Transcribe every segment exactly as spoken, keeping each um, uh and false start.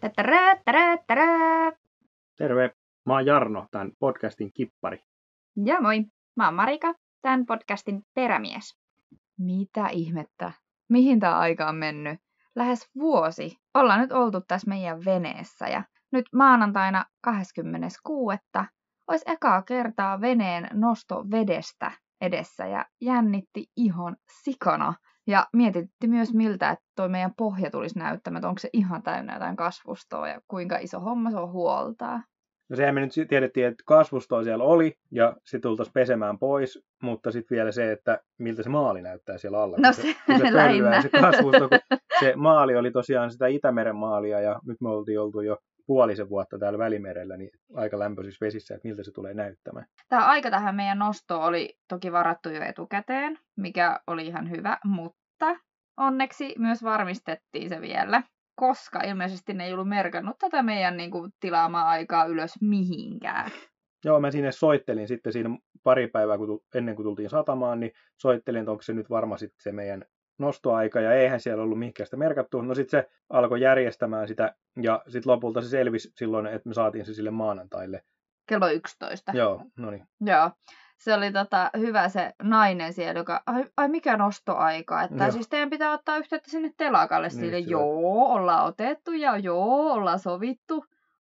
Tätärä, tärä, tärä. Terve, mä oon Jarno, tämän podcastin kippari. Ja moi, mä oon Marika, tämän podcastin perämies. Mitä ihmettä? Mihin tää aika on mennyt? Lähes vuosi. Ollaan nyt oltu tässä meidän veneessä ja nyt maanantaina kahdeskymmeneskuudes olisi ekaa kertaa veneen nosto vedestä edessä ja jännitti ihan sikana. Ja mietitti myös miltä, että toi meidän pohja tulisi näyttämään, että onko se ihan täynnä jotain kasvustoa ja kuinka iso homma se on huoltaa. No sehän me nyt tiedettiin, että kasvustoa siellä oli ja sitten tultaisiin pesemään pois, mutta sitten vielä se, että miltä se maali näyttää siellä alla. No kun se, se, kun se lähinnä. Se kasvusto, kun se maali oli tosiaan sitä Itämeren maalia ja nyt me oltiin oltu jo puolisen vuotta täällä Välimerellä, niin aika lämpöisissä vesissä, että miltä se tulee näyttämään. Tämä aika tähän meidän nostoon oli toki varattu jo etukäteen, mikä oli ihan hyvä, mutta onneksi myös varmistettiin se vielä, koska ilmeisesti ne ei ollut merkannut tätä meidän niin kuin, tilaamaa aikaa ylös mihinkään. Joo, mä sinne soittelin sitten siinä pari päivää kun, ennen kuin tultiin satamaan, niin soittelin, että onko se nyt varma sitten se meidän nostoaika, ja eihän siellä ollut mihinkään sitä merkattu. No sitten se alkoi järjestämään sitä, ja sitten lopulta se selvisi silloin, että me saatiin se sille maanantaille. Kello yksitoista. Joo, no niin. Joo. Se oli tota, hyvä se nainen siellä, joka, ai, ai mikä nostoaika, että Joo. siis teidän pitää ottaa yhteyttä sinne telakalle Niin, sille, se- joo, ollaan otettu ja joo, ollaan sovittu.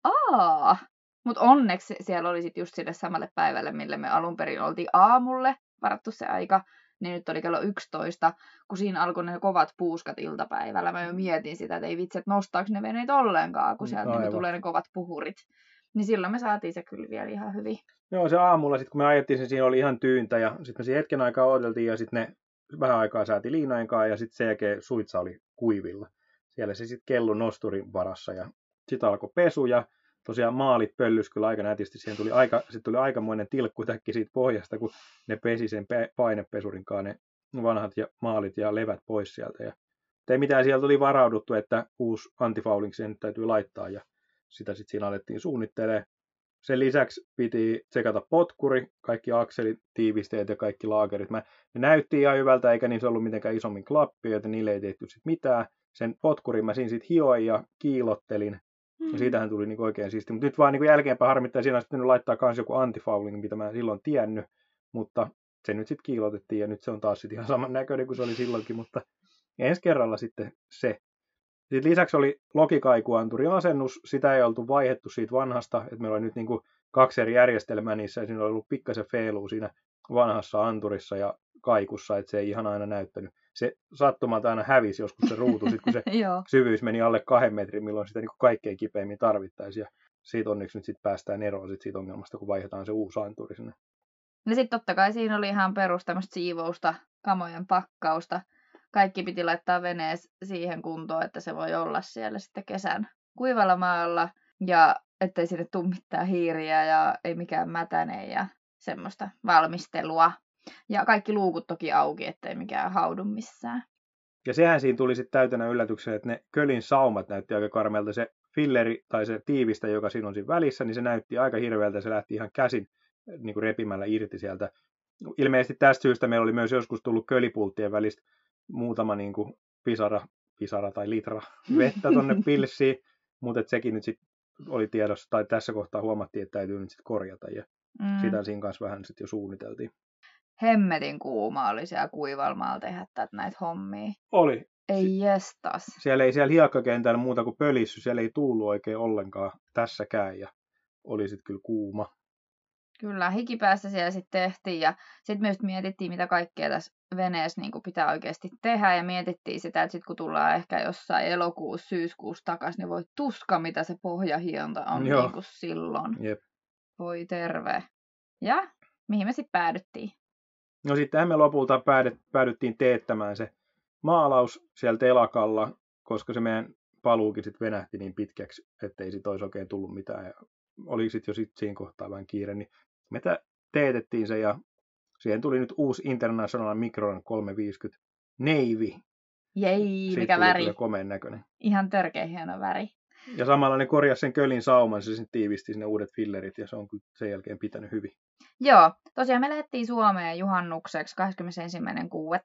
Aa, mutta onneksi siellä oli sit just sille samalle päivälle, mille me alun perin oltiin aamulle varattu se aika, niin nyt oli kello yksitoista, kun siinä alkoi ne kovat puuskat iltapäivällä. Mä jo mietin sitä, että ei vitsi, että nostaako ne veneet ollenkaan, kun sieltä Aivan. niinku tulee ne kovat puhurit. Niin silloin me saatiin se kyllä vielä ihan hyvin. Joo, se aamulla sitten kun me ajettiin sen, siinä oli ihan tyyntä, ja sitten me siinä hetken aikaa odoteltiin, ja sitten ne vähän aikaa sääti liinojen kanssa, ja sitten sen jälkeen suitsa oli kuivilla. Siellä se sitten kellui nosturin varassa, ja sitten alkoi pesu, ja tosiaan maalit pöllys kyllä aika nätisti. Siihen tuli aika, sitten tuli aikamoinen tilkkutäkki siitä pohjasta, kun ne pesi sen pe- painepesurin kanssa ne vanhat ja maalit ja levät pois sieltä. Ja ei mitään, sieltä oli varauduttu, että uusi antifouling siihen nyt täytyy laittaa, ja sitä sitten siinä alettiin suunnittelemaan. Sen lisäksi piti tsekata potkuri, kaikki akselitiivisteet ja kaikki laakerit. Mä, ne näytti ihan hyvältä, eikä niissä ollut mitenkään isommin klappia, joten niille ei tehty sit mitään. Sen potkurin mä siinä sit hioin ja kiilottelin. Ja siitähän tuli niinku oikein siisti. Mutta nyt vaan niinku jälkeenpäin harmittaa, siinä olisi pitänyt laittaa myös joku antifouling, mitä mä en silloin tiennyt. Mutta se nyt sitten kiilotettiin ja nyt se on taas sit ihan saman näköinen kuin se oli silloinkin. Mutta ensi kerralla sitten se. Sitten lisäksi oli lokikaikuanturin asennus, sitä ei oltu vaihdettu siitä vanhasta, että meillä oli nyt niin kuin kaksi eri järjestelmää niissä, ja siinä oli ollut pikkasen feiluu siinä vanhassa anturissa ja kaikussa, että se ei ihan aina näyttänyt. Se sattumalta aina hävisi joskus se ruutu, sit kun se Joo. syvyys meni alle kahden metrin, milloin sitä niin kuin kaikkein kipeimmin tarvittaisiin, ja siitä onneksi nyt sit päästään eroon sit siitä ongelmasta, kun vaihdetaan se uusi anturi sinne. Ja sitten totta kai siinä oli ihan perus tämmöistä siivousta, kamojen pakkausta. Kaikki piti laittaa veneessä siihen kuntoon, että se voi olla siellä sitten kesän kuivalla maalla. Ja ettei sinne tule mitään hiiriä ja ei mikään mätäne ja semmoista valmistelua. Ja kaikki luukut toki auki, ettei mikään haudu missään. Ja sehän siinä tuli sitten täytänä yllätyksenä, että ne kölin saumat näytti aika karmealta. Se filleri tai se tiivistä, joka siinä on siinä välissä, niin se näytti aika hirveältä ja se lähti ihan käsin niin kuin repimällä irti sieltä. Ilmeisesti tästä syystä meillä oli myös joskus tullut kölipulttien välistä muutama niin kuin pisara, pisara tai litra vettä tonne pilssiin, mutta sekin nyt sitten oli tiedossa, tai tässä kohtaa huomattiin, että täytyy nyt sitten korjata, ja Mm. sitä siinä kanssa vähän sitten jo suunniteltiin. Hemmetin kuuma oli siellä kuivalmaalla tehdä tätä näitä hommia. Oli. Ei jestas. Siellä ei siellä hiekkakentällä muuta kuin pölissy, siellä ei tullut oikein ollenkaan tässäkään, ja oli sitten kyllä kuuma. Kyllä, hikipäässä siellä sitten tehtiin ja sitten myös mietittiin, mitä kaikkea tässä veneessä niin kuin pitää oikeasti tehdä ja mietittiin sitä, että sitten kun tullaan ehkä jossain elokuussa, syyskuussa takaisin, niin voi tuska, mitä se pohjahionta on Joo. niin kuin silloin. Jep. Voi terve. Ja mihin me sitten päädyttiin? No sittenhän me lopulta päädyt, päädyttiin teettämään se maalaus siellä telakalla, koska se meidän paluukin sitten venähti niin pitkäksi, ettei sit olisi oikein tullut mitään. Ja oli sitten jo sit siinä kohtaa vähän kiire, niin me teetettiin se ja siihen tuli nyt uusi International Micron kolmesataaviisikymmentä Navy. Jei, Siitä mikä tuli väri. kyllä komeen näköinen. Ihan törkeä hieno väri. Ja samalla ne korjasi sen kölin sauman, se sitten tiivisti sinne uudet fillerit ja se on kyllä sen jälkeen pitänyt hyvin. Joo, tosiaan me lähdettiin Suomeen juhannukseksi kahdeskymmenesensimmäinen kuudetta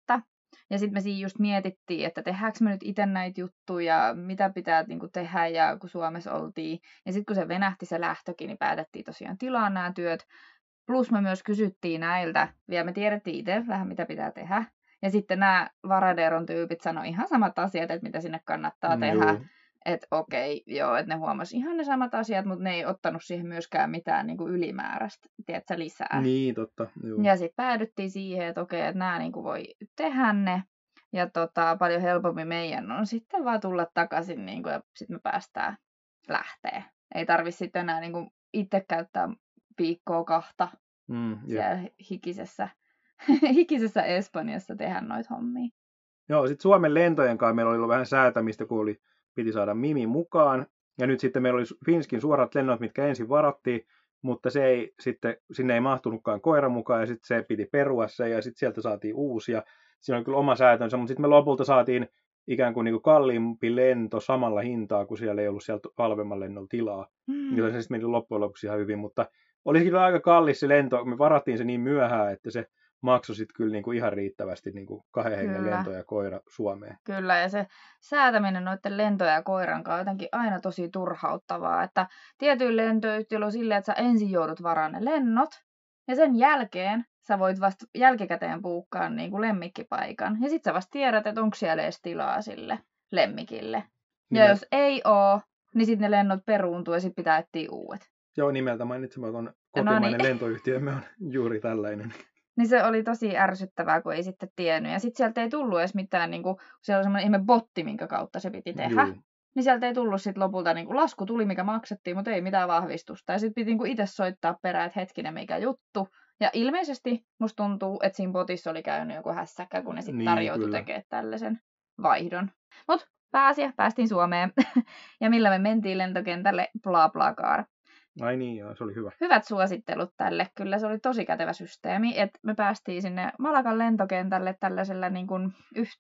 Ja sitten me siinä just mietittiin, että tehdäänkö me nyt itse näitä juttuja, mitä pitää niinku tehdä, ja kun Suomessa oltiin. Ja sitten kun se venähti se lähtökin, niin päätettiin tosiaan tilaa nämä työt. Plus me myös kysyttiin näiltä, vielä me tiedettiin itse vähän mitä pitää tehdä. Ja sitten nämä Varaderon tyypit sanoi ihan samat asiat, että mitä sinne kannattaa Mm, tehdä. juu. Että okei, joo, että ne huomasi ihan ne samat asiat, mutta ne ei ottanut siihen myöskään mitään niinku ylimääräistä, tiedätkö, lisää. Niin, totta. Juu. Ja sitten päädyttiin siihen, että okei, että nämä niinku voi tehdä ne. Ja tota, paljon helpommin meidän on sitten vaan tulla takaisin niinku, ja sitten me päästään lähtee. Ei tarvi sitten enää niinku itse käyttää viikkoa kahta Mm, jep. siellä hikisessä, hikisessä Espanjassa tehdä noita hommia. Joo, sitten Suomen lentojen kanssa meillä oli ollut vähän säätämistä, kun oli, piti saada Mimi mukaan. Ja nyt sitten meillä oli Finskin suorat lennot, mitkä ensin varattiin, mutta se ei, sitten, sinne ei mahtunutkaan koira mukaan, ja sitten se piti perua se, ja sitten sieltä saatiin uusia. Siinä on kyllä oma säätönsä, mutta sitten me lopulta saatiin ikään kuin, niin kuin kalliimpi lento samalla hintaa, kun siellä ei ollut sieltä halvemman lennolla tilaa. Mm. Joten se sitten meni loppujen lopuksi ihan hyvin, mutta olisi kyllä aika kallis se lento. Me varattiin se niin myöhään, että se maksoi sitten kyllä niin kuin ihan riittävästi niin kuin kahden hengen Kyllä. lento ja koira Suomeen. Kyllä, ja se säätäminen noiden lentoja ja koiran kanssa on jotenkin aina tosi turhauttavaa, että tietyillä lentoyhtiöillä on silleen, että sä ensin joudut varaan ne lennot, ja sen jälkeen sä voit vasta jälkikäteen buukkaa niin kuin lemmikkipaikan, ja sit sä vasta tiedät, että onko siellä edes tilaa sille lemmikille. Niin Ja mä- jos ei oo, niin sitten ne lennot peruuntuu ja sit pitää etsiä uudet. Joo, nimeltä mainitsematon kotimainen niin. lentoyhtiömme on juuri tällainen. Niin se oli tosi ärsyttävää, kun ei sitten tiennyt. Ja sitten sieltä ei tullut edes mitään, niin kuin, siellä oli semmoinen ihme botti, minkä kautta se piti tehdä. Juu. Niin sieltä ei tullut sitten lopulta, niin kuin lasku tuli, mikä maksettiin, mutta ei mitään vahvistusta. Ja sitten piti niin kuin itse soittaa perään, että hetkinen, mikä juttu. Ja ilmeisesti musta tuntuu, että siinä botissa oli käynyt joku hässäkkä, kun ne sitten Niin, tarjoutui kyllä. tekemään tällaisen vaihdon. Mutta pääasia, päästiin Suomeen. Ja millä me mentiin lentokentälle, bla bla car. Ai niin, joo, se oli hyvä. Hyvät suosittelut tälle. Kyllä se oli tosi kätevä systeemi, että me päästiin sinne Malagan lentokentälle tällaisella niin kuin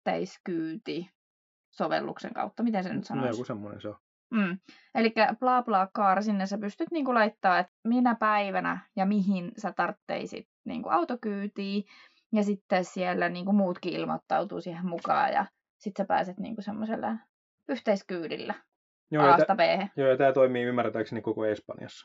yhteiskyyti-sovelluksen kautta. Miten se nyt No sanoisi? joku semmoinen se on. Mm. Eli bla bla car, sinne sä pystyt niin kuin laittaa, että minä päivänä ja mihin sä tartteisit niin kuin autokyytiin. Ja sitten siellä niin kuin muutkin ilmoittautuu siihen mukaan ja sitten sä pääset niin kuin semmoisella yhteiskyydillä Joo, ja, A:sta tä- B:hen. joo, ja tämä toimii ymmärtääkseni koko Espanjassa.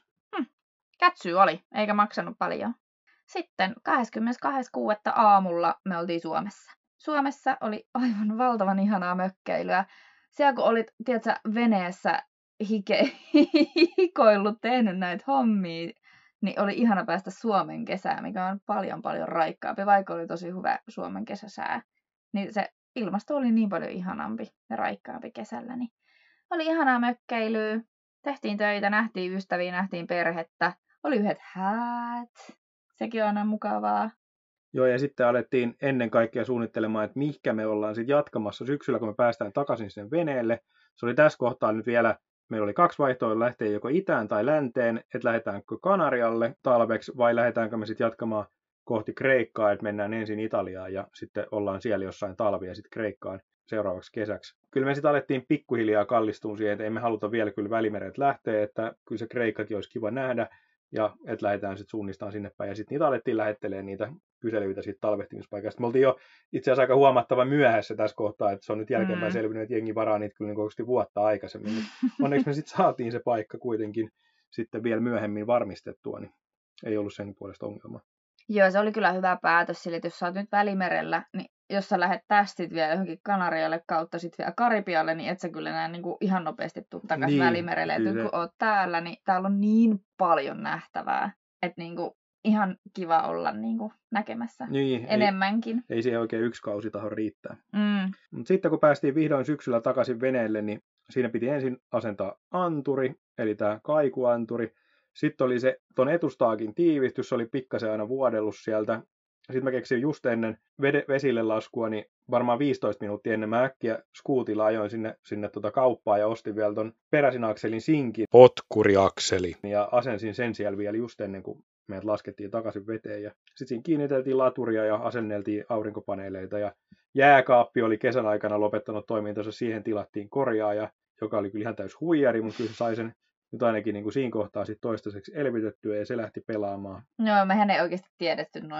Kätsy oli, eikä maksanut paljon. Sitten kahdeskymmenestoinen kuudetta aamulla me oltiin Suomessa. Suomessa oli aivan valtavan ihanaa mökkeilyä. Siellä kun olit, tiedätkö, veneessä hike, hikoillut, tehnyt näitä hommia, niin oli ihana päästä Suomen kesään, mikä on paljon paljon raikkaampi, vaikka oli tosi hyvä Suomen kesäsää. Niin se ilmasto oli niin paljon ihanampi ja raikkaampi kesällä, niin oli ihanaa mökkeilyä. Tehtiin töitä, nähtiin ystäviä, nähtiin perhettä. Oli yhdet häät. Sekin on aina mukavaa. Joo, ja sitten alettiin ennen kaikkea suunnittelemaan, että mihinkä me ollaan sitten jatkamassa syksyllä, kun me päästään takaisin sen veneelle. Se oli tässä kohtaa nyt vielä, meillä oli kaksi vaihtoehtoa, lähteä joko itään tai länteen, että lähdetäänkö Kanarialle talveksi vai lähdetäänkö me sitten jatkamaan kohti Kreikkaa, että mennään ensin Italiaan ja sitten ollaan siellä jossain talvi ja sitten Kreikkaan seuraavaksi kesäksi. Kyllä me sitten alettiin pikkuhiljaa kallistumaan siihen, että emme haluta vielä kyllä Välimeret lähteä, että kyllä se Kreikkakin olisi kiva nähdä ja että lähdetään sitten suunnistaan sinne päin. Ja sitten niitä alettiin lähettelemään niitä kyselyitä siitä talvehtimispaikasta. Me oltiin jo itse asiassa aika huomattavan myöhässä tässä kohtaa, että se on nyt jälkeenpäin Mm. selvinnyt, että jengi varaa niitä kyllä niin oikeasti vuotta aikaisemmin. Mutta onneksi me sitten saatiin se paikka kuitenkin sitten vielä myöhemmin varmistettua, niin ei ollut sen puolesta ongelmaa. Joo, se oli kyllä hyvä päätös sille, että jos sä oot nyt Välimerellä, niin jos sä lähdet tästä sit vielä johonkin Kanarialle kautta sitten vielä Karibialle, niin et sä kyllä näin niin kuin ihan nopeasti tuu takaisin Niin, Välimerelle. Et kyllä nyt se- kun oot täällä, niin täällä on niin paljon nähtävää, että niin kuin ihan kiva olla niin kuin näkemässä Niin, ei, enemmänkin. ei siihen oikein yksi kausi taho riittää. Mm. Mutta sitten kun päästiin vihdoin syksyllä takaisin veneelle, niin siinä piti ensin asentaa anturi, eli tämä kaikuanturi. Sitten oli se ton etustaakin tiivistys, se oli pikkasen aina vuodellut sieltä. Sitten mä keksin just ennen vede- vesille laskua, niin varmaan viisitoista minuuttia ennen mä äkkiä skuutilla ajoin sinne, sinne tota kauppaan ja ostin vielä ton peräsin akselin sinkin. Potkuriakseli. Ja asensin sen siellä vielä just ennen kuin meidät laskettiin takaisin veteen. Ja sitten siinä kiinniteltiin laturia ja asenneltiin aurinkopaneeleita. Ja jääkaappi oli kesän aikana lopettanut toimintansa, siihen tilattiin korjaaja, joka oli kyllä ihan täys huijari, mutta kyllä se sai sen nyt ainakin niin kuin siinä kohtaa sit toistaiseksi elvytettyä ja se lähti pelaamaan. Joo, mehän ei oikeasti tiedetty noista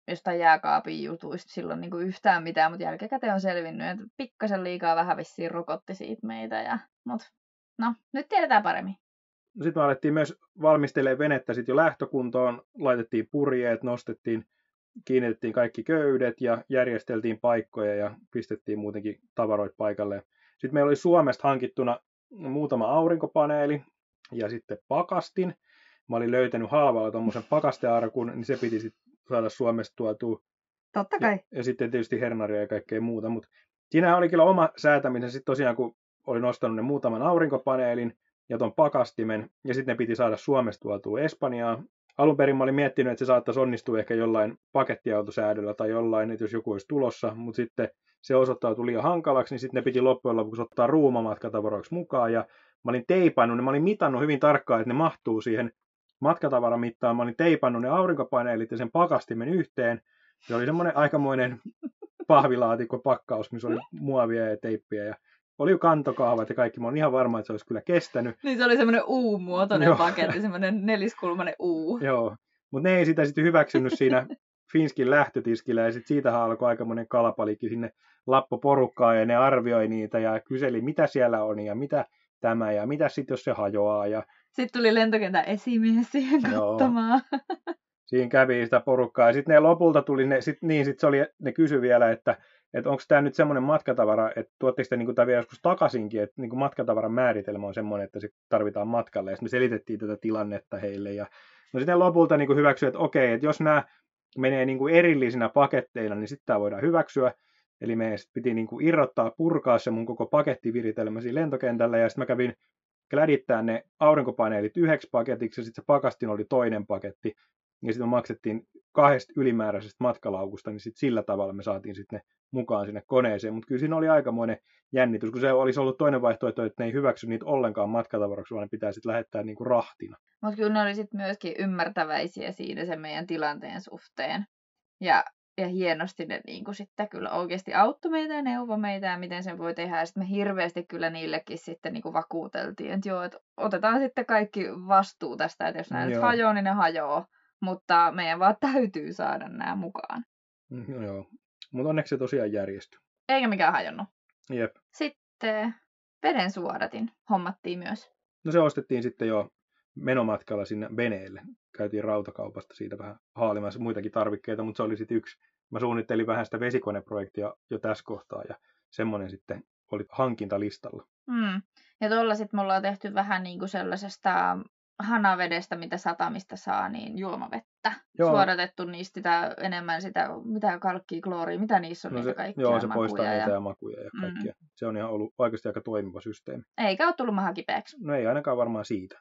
jostain jääkaapin jutuista silloin niin kuin yhtään mitään, mutta jälkikäteen on selvinnyt, että pikkasen liikaa vähän vissiin rokotti siitä meitä. Ja, mutta no, nyt tiedetään paremmin. Sitten me alettiin myös valmistelemaan venettä sit jo lähtökuntoon, laitettiin purjeet, nostettiin, kiinnitettiin kaikki köydet ja järjesteltiin paikkoja ja pistettiin muutenkin tavaroit paikalle. Sitten meillä oli Suomesta hankittuna muutama aurinkopaneeli ja sitten pakastin. Mä olin löytänyt halvalla tuommoisen pakastearkun, niin se piti sitten saada Suomesta tuotua. Totta kai. Ja, ja sitten tietysti hernaria ja kaikkea muuta. Mutta siinähän oli kyllä oma säätäminen sitten tosiaan, kun olin ostanut ne muutaman aurinkopaneelin ja ton pakastimen, ja sitten ne piti saada Suomesta tuotua Espanjaan. Alun perin mä olin miettinyt, että se saattaisi onnistua ehkä jollain pakettiautosäädöllä tai jollain, että jos joku olisi tulossa, mutta sitten se osoittautui liian hankalaksi, niin sitten ne piti loppujen lopuksi ottaa ruumamatkatavaroiksi mukaan, ja mä olin teipannut ne, mä olin mitannut hyvin tarkkaan, että ne mahtuu siihen matkatavaramittaan, mä olin teipannut ne aurinkopaneelit ja sen pakastimen yhteen. Se oli semmoinen aikamoinen pahvilaatikko pakkaus, missä oli muovia ja teippiä ja oli jo kantokahvat ja kaikki. Mä oon ihan varma, että se olisi kyllä kestänyt. Niin se oli semmoinen U-muotoinen paketti, semmoinen neliskulmainen U. Joo, mutta ne ei sitä sitten hyväksynyt siinä Finskin lähtötiskillä ja sitten siitähän alkoi aikamoinen kalapaliikki sinne lappoporukkaan ja ne arvioi niitä ja kyseli, mitä siellä on ja mitä tämä ja mitä sitten, jos se hajoaa. Ja sitten tuli lentokentän esimies siihen katsomaan. Siinä kävi sitä porukkaa. Ja sitten ne lopulta tuli, ne, sit, niin sit se oli, ne kysyi vielä, että, että onko tämä nyt semmoinen matkatavara, että tuotteko te niinku vielä joskus takaisinkin, että niinku matkatavaran määritelmä on semmoinen, että se tarvitaan matkalle. Ja sitten me selitettiin tätä tilannetta heille. Ja no sitten lopulta niinku hyväksyi, että okei, että jos nämä menee niinku erillisinä paketteina, niin sitten tämä voidaan hyväksyä. Eli meidän piti niinku irrottaa, purkaa se mun koko pakettiviritelmä siinä lentokentällä. Ja sitten mä kävin klädittää ne aurinkopaneelit yhdeksi paketiksi ja sitten se pakastin oli toinen paketti. Ja sitten me maksettiin kahdesta ylimääräisestä matkalaukusta, niin sitten sillä tavalla me saatiin sitten ne mukaan sinne koneeseen. Mutta kyllä siinä oli aikamoinen jännitys, kun se olisi ollut toinen vaihtoehto, että ne ei hyväksy niitä ollenkaan matkatavaraksi, vaan ne pitää sitten lähettää niinku rahtina. Mutta kyllä ne oli sitten myöskin ymmärtäväisiä siinä sen meidän tilanteen suhteen. Ja, ja hienosti ne niinku sitten kyllä oikeasti auttoi meitä ja neuvoi meitä ja miten sen voi tehdä. Ja sitten me hirveästi kyllä niillekin sitten niinku vakuuteltiin, että joo, että otetaan sitten kaikki vastuu tästä, että jos nämä nyt hajoaa, niin ne hajoaa. Mutta meidän vaan täytyy saada nämä mukaan. No joo, mutta onneksi se tosiaan järjestyi. Eikä mikään hajonnut. Jep. Sitten veden suodatin hommattiin myös. No se ostettiin sitten jo menomatkalla sinne veneelle. Käytiin rautakaupasta siitä vähän haalimassa muitakin tarvikkeita, mutta se oli sitten yksi. Mä suunnittelin vähän sitä vesikoneprojektia jo tässä kohtaa ja semmoinen sitten oli hankintalistalla. Mm. Ja tuolla sitten me ollaan tehty vähän niin kuin sellaisesta hanavedestä, mitä satamista saa, niin juomavettä. Joo. Suodatettu niistä sitä, enemmän sitä, mitä kalkkia, klooria, mitä niissä on, no se, niitä kaikkia joo, se makuja. poistaa ja... niitä ja makuja ja kaikkia. Mm. Se on ihan ollut oikeasti aika toimiva systeemi. Eikä ole tullut maha kipeäksi. No ei ainakaan varmaan siitä.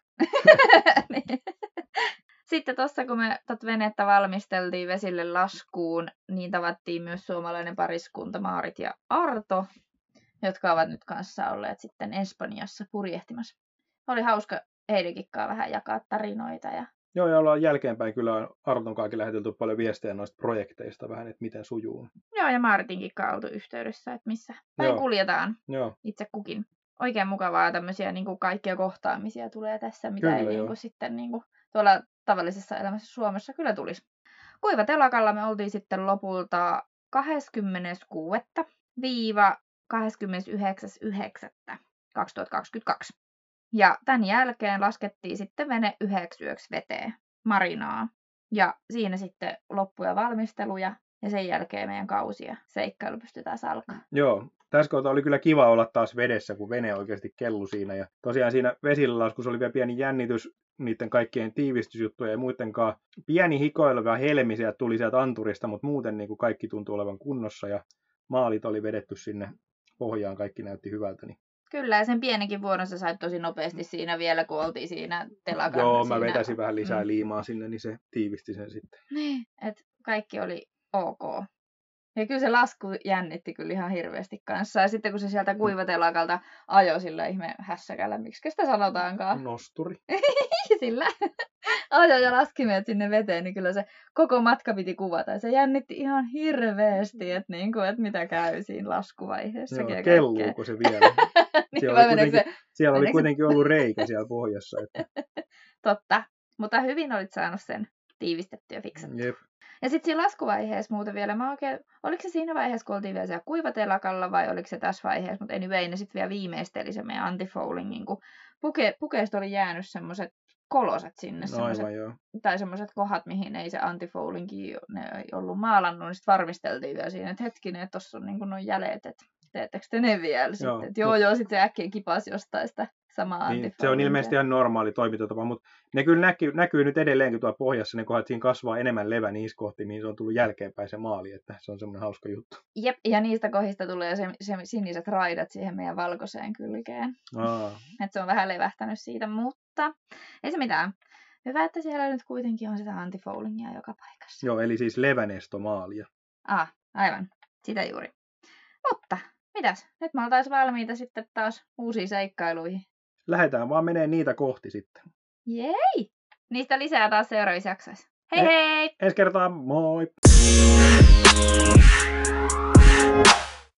Sitten tuossa, kun me tot venettä valmisteltiin vesille laskuun, niin tavattiin myös suomalainen pariskunta Maarit ja Arto, jotka ovat nyt kanssa olleet sitten Espanjassa purjehtimassa. Oli hauska heidenkin vähän jakaa tarinoita. Ja... Joo, ja ollaan jälkeenpäin kyllä Arton kanssa lähetelty paljon viestejä noista projekteista vähän, että miten sujuu. Joo, ja Maaritinkin kanssa oltu yhteydessä, että missä päin kuljetaan Joo. itse kukin. Oikein mukavaa tämmöisiä niin kuin kaikkia kohtaamisia tulee tässä, mitä kyllä, ei niin kuin, sitten niin kuin, tuolla tavallisessa elämässä Suomessa kyllä tulisi. Kuivatelakalla me oltiin sitten lopulta kahdeskymmeneskuudes kahdeskymmenesyhdeksäs yhdeksättä kaksituhattakaksikymmentäkaksi. Ja tämän jälkeen laskettiin sitten vene yhdeksi yöksi veteen Marinaa. Ja siinä sitten loppuja valmisteluja ja sen jälkeen meidän kausia seikkailu pystytään alkaa. Joo, tässä kohtaa oli kyllä kiva olla taas vedessä, kun vene oikeasti kellu siinä. Ja tosiaan siinä vesilaskussa oli vielä pieni jännitys niiden kaikkien tiivistysjuttuja ja muidenkaan. Pieni hikoileva helmi sieltä tuli sieltä anturista, mutta muuten niin kuin kaikki tuntui olevan kunnossa ja maalit oli vedetty sinne pohjaan, kaikki näytti hyvältä. Niin kyllä, ja sen pienenkin vuoron sä sait tosi nopeasti siinä vielä, kun oltiin siinä telakan. Joo, siinä... mä vetäsin vähän lisää mm. liimaa sinne, niin se tiivisti sen sitten. Niin, että kaikki oli ok. Ja kyllä se lasku jännitti kyllä ihan hirveästi kanssa. Ja sitten kun se sieltä kuivatelakalta ajoi sillä ihme hässäkällä, miksi sitä sanotaankaan? Nosturi. Sillä ajoi ja laski meidät sinne veteen, niin kyllä se koko matka piti kuvata. Ja se jännitti ihan hirveästi, että, niin kuin, että mitä käy siinä laskuvaiheessa. Joo, kelluuko se vielä? Niin, siellä oli, kuitenkin, se, siellä oli kuitenkin ollut reikä siellä pohjassa. Että... Totta, mutta hyvin olit saanut sen tiivistettyä ja fiksattua. Jep. Ja sitten siinä laskuvaiheessa muuten vielä, mä oikein, oliko se siinä vaiheessa, kun oltiin vielä siellä kuivatelakalla vai oliko se tässä vaiheessa, mutta anyway, ne sitten vielä viimeisteli se meidän antifoulingin, kun puke, pukeesta oli jäänyt semmoiset koloset sinne, No, aivan, semmoset, joo. tai semmoiset kohdat, mihin ei se antifoulingi ne ei ollut maalannut, niin sitten varmisteltiin vielä siinä, että hetkinen, että tuossa on niin kuin nuo jäljet, että teettekö te ne vielä Joo, sitten, että joo mut- joo, sitten se äkkiä kipasi jostain sitä samaa Niin, se on antifoulingia. ilmeisesti ihan normaali toimintatapa, mutta ne kyllä näkyy, näkyy nyt edelleenkin tuolla pohjassa, ne kohdat, että siinä kasvaa enemmän levä niissä kohti, mihin se on tullut jälkeenpäin se maali, että se on semmoinen hauska juttu. Jep, ja niistä kohdista tulee se, se siniset raidat siihen meidän valkoiseen kylkeen. Aa, Että se on vähän levähtänyt siitä, mutta ei se mitään. Hyvä, että siellä nyt kuitenkin on sitä antifoulingia joka paikassa. joo, eli siis levännestomaalia. Ah, aivan. Sitä juuri. Mutta, mitäs? Nyt me oltais valmiita sitten taas uusiin seikkailuihin. Lähdetään vaan menee niitä kohti sitten. Jei! Niistä lisää taas seuraavissa jaksoissa. Hei Eh. hei! Ensi kertaa, moi!